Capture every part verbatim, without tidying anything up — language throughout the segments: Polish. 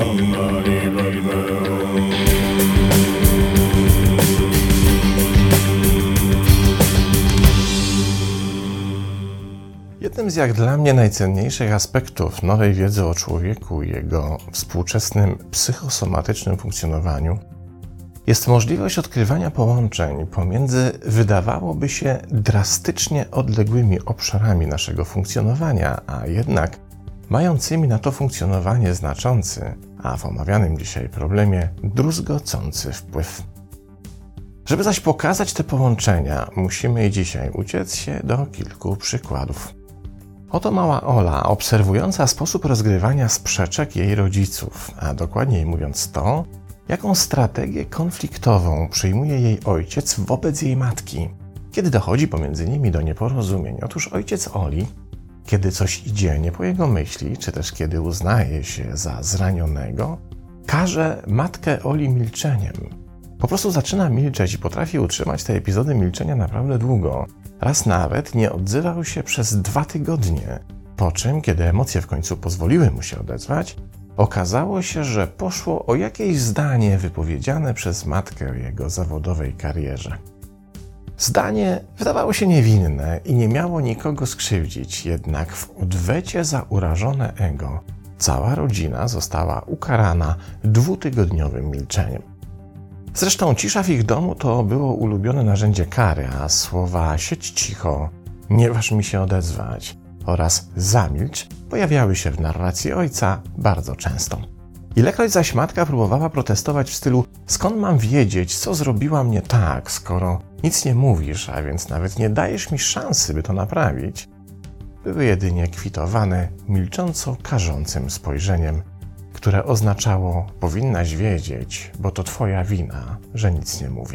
Jednym z jak dla mnie najcenniejszych aspektów nowej wiedzy o człowieku i jego współczesnym psychosomatycznym funkcjonowaniu jest możliwość odkrywania połączeń pomiędzy, wydawałoby się, drastycznie odległymi obszarami naszego funkcjonowania, a jednak mającymi na to funkcjonowanie znaczący, a w omawianym dzisiaj problemie druzgocący wpływ. Żeby zaś pokazać te połączenia, musimy dzisiaj uciec się do kilku przykładów. Oto mała Ola, obserwująca sposób rozgrywania sprzeczek jej rodziców, a dokładniej mówiąc to, jaką strategię konfliktową przyjmuje jej ojciec wobec jej matki, kiedy dochodzi pomiędzy nimi do nieporozumień. Otóż ojciec Oli, kiedy coś idzie nie po jego myśli, czy też kiedy uznaje się za zranionego, karze matkę Oli milczeniem. Po prostu zaczyna milczeć i potrafi utrzymać te epizody milczenia naprawdę długo. Raz nawet nie odzywał się przez dwa tygodnie, po czym, kiedy emocje w końcu pozwoliły mu się odezwać, okazało się, że poszło o jakieś zdanie wypowiedziane przez matkę o jego zawodowej karierze. Zdanie wydawało się niewinne i nie miało nikogo skrzywdzić, jednak w odwecie za urażone ego cała rodzina została ukarana dwutygodniowym milczeniem. Zresztą cisza w ich domu to było ulubione narzędzie kary, a słowa „siedź cicho”, „nie waż mi się odezwać” oraz „zamilcz” pojawiały się w narracji ojca bardzo często. Ilekroć zaś matka próbowała protestować w stylu „skąd mam wiedzieć, co zrobiłam nie tak, skoro nic nie mówisz, a więc nawet nie dajesz mi szansy, by to naprawić”, były jedynie kwitowane milcząco karzącym spojrzeniem, które oznaczało „powinnaś wiedzieć, bo to twoja wina, że nic nie mówię”.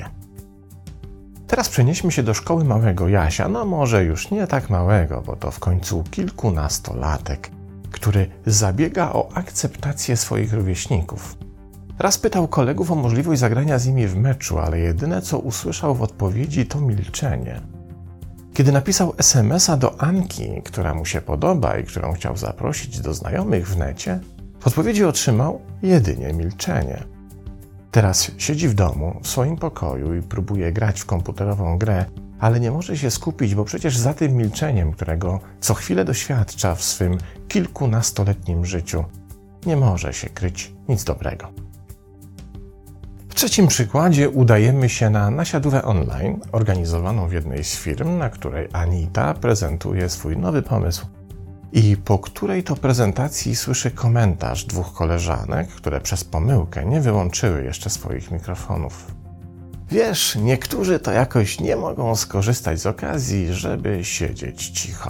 Teraz przenieśmy się do szkoły małego Jasia, no może już nie tak małego, bo to w końcu kilkunastolatek, który zabiega o akceptację swoich rówieśników. Raz pytał kolegów o możliwość zagrania z nimi w meczu, ale jedyne co usłyszał w odpowiedzi to milczenie. Kiedy napisał es em es a do Anki, która mu się podoba i którą chciał zaprosić do znajomych w necie, w odpowiedzi otrzymał jedynie milczenie. Teraz siedzi w domu, w swoim pokoju i próbuje grać w komputerową grę, ale nie może się skupić, bo przecież za tym milczeniem, którego co chwilę doświadcza w swym kilkunastoletnim życiu, nie może się kryć nic dobrego. W trzecim przykładzie udajemy się na nasiadówę online, organizowaną w jednej z firm, na której Anita prezentuje swój nowy pomysł i po której to prezentacji słyszy komentarz dwóch koleżanek, które przez pomyłkę nie wyłączyły jeszcze swoich mikrofonów. Wiesz, niektórzy to jakoś nie mogą skorzystać z okazji, żeby siedzieć cicho.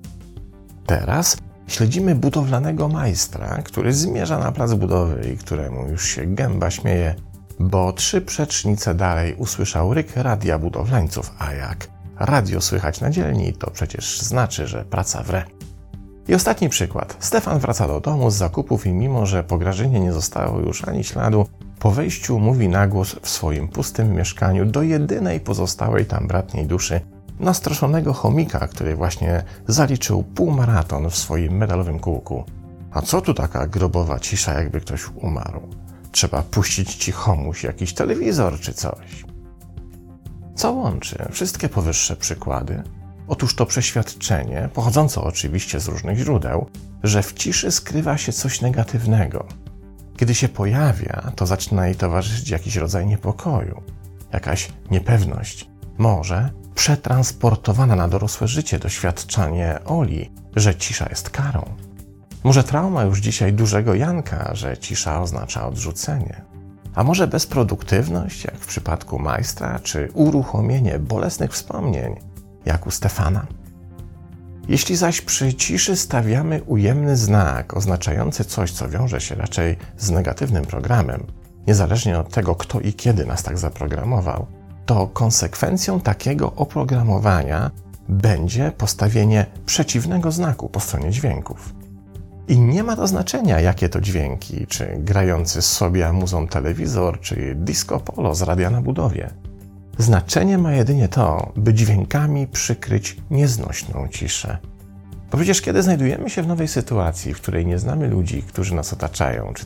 Teraz śledzimy budowlanego majstra, który zmierza na plac budowy i któremu już się gęba śmieje, bo trzy przecznice dalej usłyszał ryk radia budowlańców, a jak radio słychać na dzielni, to przecież znaczy, że praca wre. I ostatni przykład. Stefan wraca do domu z zakupów i mimo, że po Grażynie nie zostało już ani śladu, po wejściu mówi na głos w swoim pustym mieszkaniu do jedynej pozostałej tam bratniej duszy, nastroszonego chomika, który właśnie zaliczył półmaraton w swoim medalowym kółku. A co tu taka grobowa cisza, jakby ktoś umarł? Trzeba puścić ci chomuś jakiś telewizor czy coś. Co łączy wszystkie powyższe przykłady? Otóż to przeświadczenie, pochodzące oczywiście z różnych źródeł, że w ciszy skrywa się coś negatywnego. Kiedy się pojawia, to zaczyna jej towarzyszyć jakiś rodzaj niepokoju, jakaś niepewność. Może przetransportowana na dorosłe życie doświadczenie Oli, że cisza jest karą. Może trauma już dzisiaj dużego Janka, że cisza oznacza odrzucenie. A może bezproduktywność, jak w przypadku majstra, czy uruchomienie bolesnych wspomnień, jak u Stefana. Jeśli zaś przy ciszy stawiamy ujemny znak oznaczający coś, co wiąże się raczej z negatywnym programem, niezależnie od tego, kto i kiedy nas tak zaprogramował, to konsekwencją takiego oprogramowania będzie postawienie przeciwnego znaku po stronie dźwięków. I nie ma to znaczenia, jakie to dźwięki, czy grający sobie amuzą telewizor, czy disco polo z radia na budowie. Znaczenie ma jedynie to, by dźwiękami przykryć nieznośną ciszę. Bo przecież kiedy znajdujemy się w nowej sytuacji, w której nie znamy ludzi, którzy nas otaczają, czy też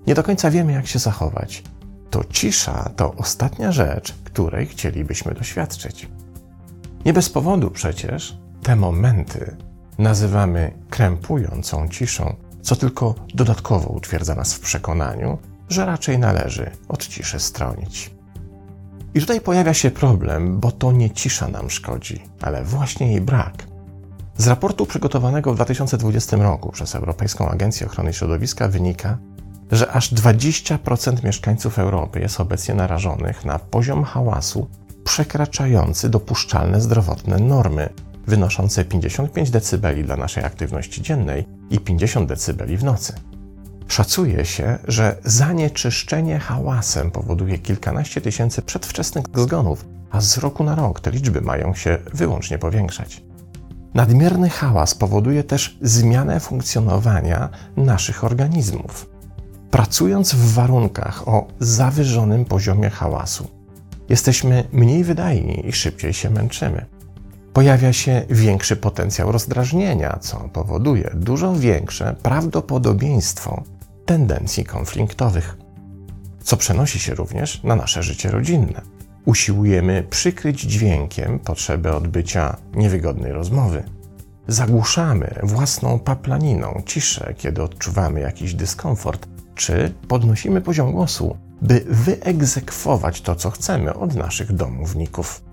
Nie do końca wiemy, jak się zachować. To cisza to ostatnia rzecz, której chcielibyśmy doświadczyć. Nie bez powodu przecież te momenty nazywamy krępującą ciszą, co tylko dodatkowo utwierdza nas w przekonaniu, że raczej należy od ciszy stronić. I tutaj pojawia się problem, bo to nie cisza nam szkodzi, ale właśnie jej brak. Z raportu przygotowanego w dwa tysiące dwudziestym roku przez Europejską Agencję Ochrony Środowiska wynika, że aż dwadzieścia procent mieszkańców Europy jest obecnie narażonych na poziom hałasu przekraczający dopuszczalne zdrowotne normy, wynoszące pięćdziesiąt pięć decybeli dla naszej aktywności dziennej i pięćdziesiąt decybeli w nocy. Szacuje się, że zanieczyszczenie hałasem powoduje kilkanaście tysięcy przedwczesnych zgonów, a z roku na rok te liczby mają się wyłącznie powiększać. Nadmierny hałas powoduje też zmianę funkcjonowania naszych organizmów. Pracując w warunkach o zawyżonym poziomie hałasu, jesteśmy mniej wydajni i szybciej się męczymy. Pojawia się większy potencjał rozdrażnienia, co powoduje dużo większe prawdopodobieństwo tendencji konfliktowych, co przenosi się również na nasze życie rodzinne. Usiłujemy przykryć dźwiękiem potrzebę odbycia niewygodnej rozmowy. Zagłuszamy własną paplaniną ciszę, kiedy odczuwamy jakiś dyskomfort, czy podnosimy poziom głosu, by wyegzekwować to, co chcemy od naszych domowników.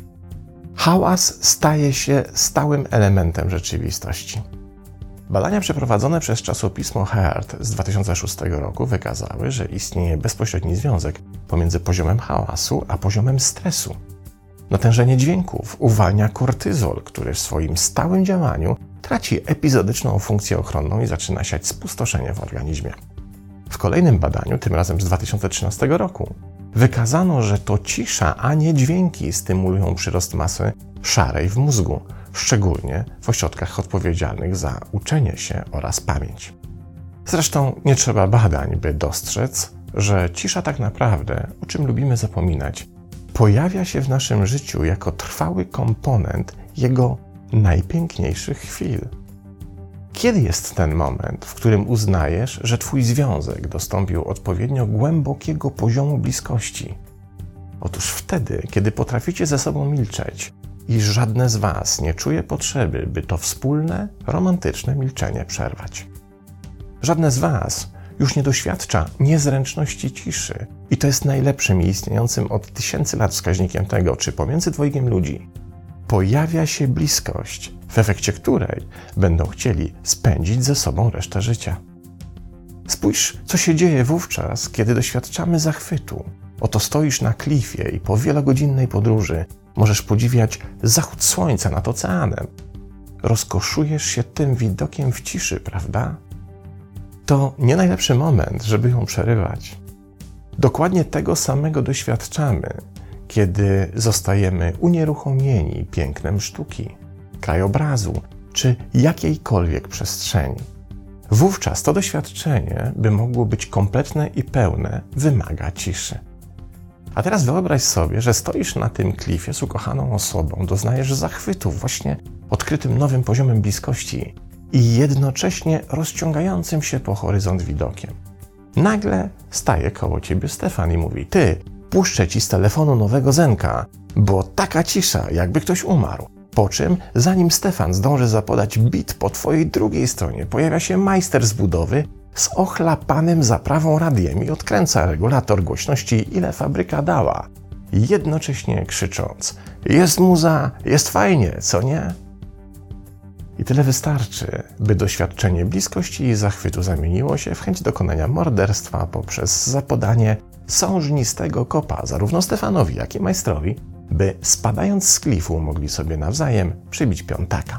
Hałas staje się stałym elementem rzeczywistości. Badania przeprowadzone przez czasopismo Heart z dwa tysiące szóstego roku wykazały, że istnieje bezpośredni związek pomiędzy poziomem hałasu a poziomem stresu. Natężenie dźwięków uwalnia kortyzol, który w swoim stałym działaniu traci epizodyczną funkcję ochronną i zaczyna siać spustoszenie w organizmie. W kolejnym badaniu, tym razem z dwa tysiące trzynastego roku, wykazano, że to cisza, a nie dźwięki stymulują przyrost masy szarej w mózgu, szczególnie w ośrodkach odpowiedzialnych za uczenie się oraz pamięć. Zresztą nie trzeba badań, by dostrzec, że cisza tak naprawdę, o czym lubimy zapominać, pojawia się w naszym życiu jako trwały komponent jego najpiękniejszych chwil. Kiedy jest ten moment, w którym uznajesz, że twój związek dostąpił odpowiednio głębokiego poziomu bliskości? Otóż wtedy, kiedy potraficie ze sobą milczeć i żadne z was nie czuje potrzeby, by to wspólne, romantyczne milczenie przerwać. Żadne z was już nie doświadcza niezręczności ciszy i to jest najlepszym i istniejącym od tysięcy lat wskaźnikiem tego, czy pomiędzy dwojgiem ludzi pojawia się bliskość, w efekcie której będą chcieli spędzić ze sobą resztę życia. Spójrz, co się dzieje wówczas, kiedy doświadczamy zachwytu. Oto stoisz na klifie i po wielogodzinnej podróży możesz podziwiać zachód słońca nad oceanem. Rozkoszujesz się tym widokiem w ciszy, prawda? To nie najlepszy moment, żeby ją przerywać. Dokładnie tego samego doświadczamy, kiedy zostajemy unieruchomieni pięknem sztuki, krajobrazu czy jakiejkolwiek przestrzeni. Wówczas to doświadczenie, by mogło być kompletne i pełne, wymaga ciszy. A teraz wyobraź sobie, że stoisz na tym klifie z ukochaną osobą, doznajesz zachwytu właśnie odkrytym nowym poziomem bliskości i jednocześnie rozciągającym się po horyzont widokiem. Nagle staje koło ciebie Stefan i mówi: ty, puszczę ci z telefonu nowego Zenka, bo taka cisza, jakby ktoś umarł. Po czym, zanim Stefan zdąży zapodać bit po twojej drugiej stronie, pojawia się majster z budowy z ochlapanym zaprawą radiem i odkręca regulator głośności, ile fabryka dała, jednocześnie krzycząc: jest muza, jest fajnie, co nie? I tyle wystarczy, by doświadczenie bliskości i zachwytu zamieniło się w chęć dokonania morderstwa poprzez zapodanie sążnistego kopa zarówno Stefanowi, jak i majstrowi, by spadając z klifu mogli sobie nawzajem przybić piątaka.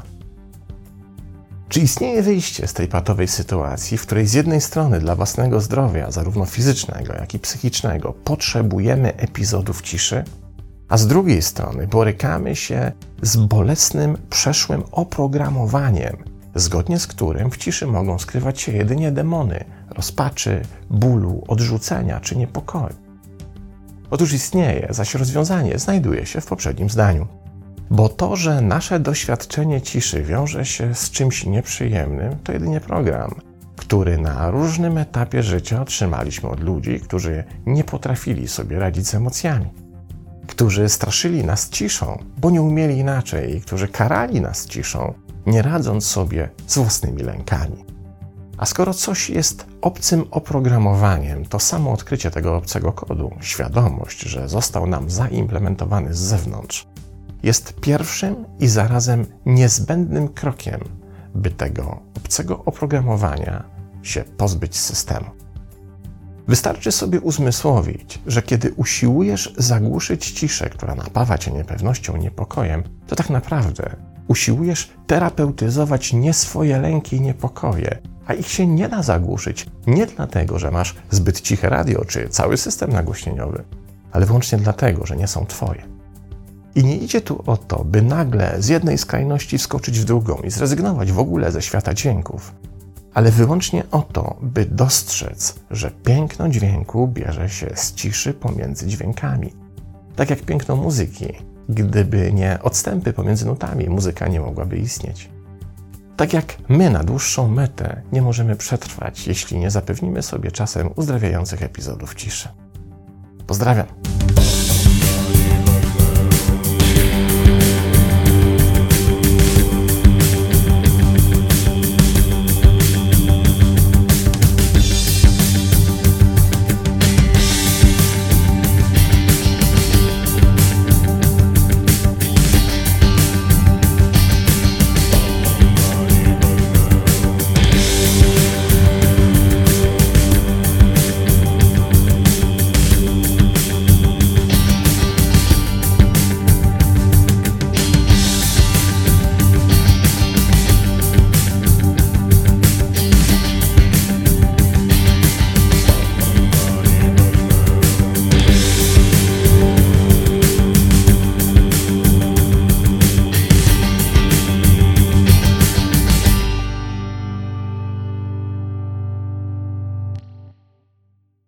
Czy istnieje wyjście z tej patowej sytuacji, w której z jednej strony dla własnego zdrowia, zarówno fizycznego, jak i psychicznego, potrzebujemy epizodów ciszy, a z drugiej strony borykamy się z bolesnym, przeszłym oprogramowaniem, zgodnie z którym w ciszy mogą skrywać się jedynie demony rozpaczy, bólu, odrzucenia czy niepokoju? Otóż istnieje, zaś rozwiązanie znajduje się w poprzednim zdaniu. Bo to, że nasze doświadczenie ciszy wiąże się z czymś nieprzyjemnym, to jedynie program, który na różnym etapie życia otrzymaliśmy od ludzi, którzy nie potrafili sobie radzić z emocjami, którzy straszyli nas ciszą, bo nie umieli inaczej, i którzy karali nas ciszą, nie radząc sobie z własnymi lękami. A skoro coś jest obcym oprogramowaniem, to samo odkrycie tego obcego kodu, świadomość, że został nam zaimplementowany z zewnątrz, jest pierwszym i zarazem niezbędnym krokiem, by tego obcego oprogramowania się pozbyć z systemu. Wystarczy sobie uzmysłowić, że kiedy usiłujesz zagłuszyć ciszę, która napawa cię niepewnością, niepokojem, to tak naprawdę usiłujesz terapeutyzować nie swoje lęki i niepokoje, a ich się nie da zagłuszyć nie dlatego, że masz zbyt ciche radio czy cały system nagłośnieniowy, ale wyłącznie dlatego, że nie są twoje. I nie idzie tu o to, by nagle z jednej skrajności wskoczyć w drugą i zrezygnować w ogóle ze świata dźwięków, ale wyłącznie o to, by dostrzec, że piękno dźwięku bierze się z ciszy pomiędzy dźwiękami. Tak jak piękno muzyki. Gdyby nie odstępy pomiędzy nutami, muzyka nie mogłaby istnieć. Tak jak my na dłuższą metę nie możemy przetrwać, jeśli nie zapewnimy sobie czasem uzdrawiających epizodów ciszy. Pozdrawiam!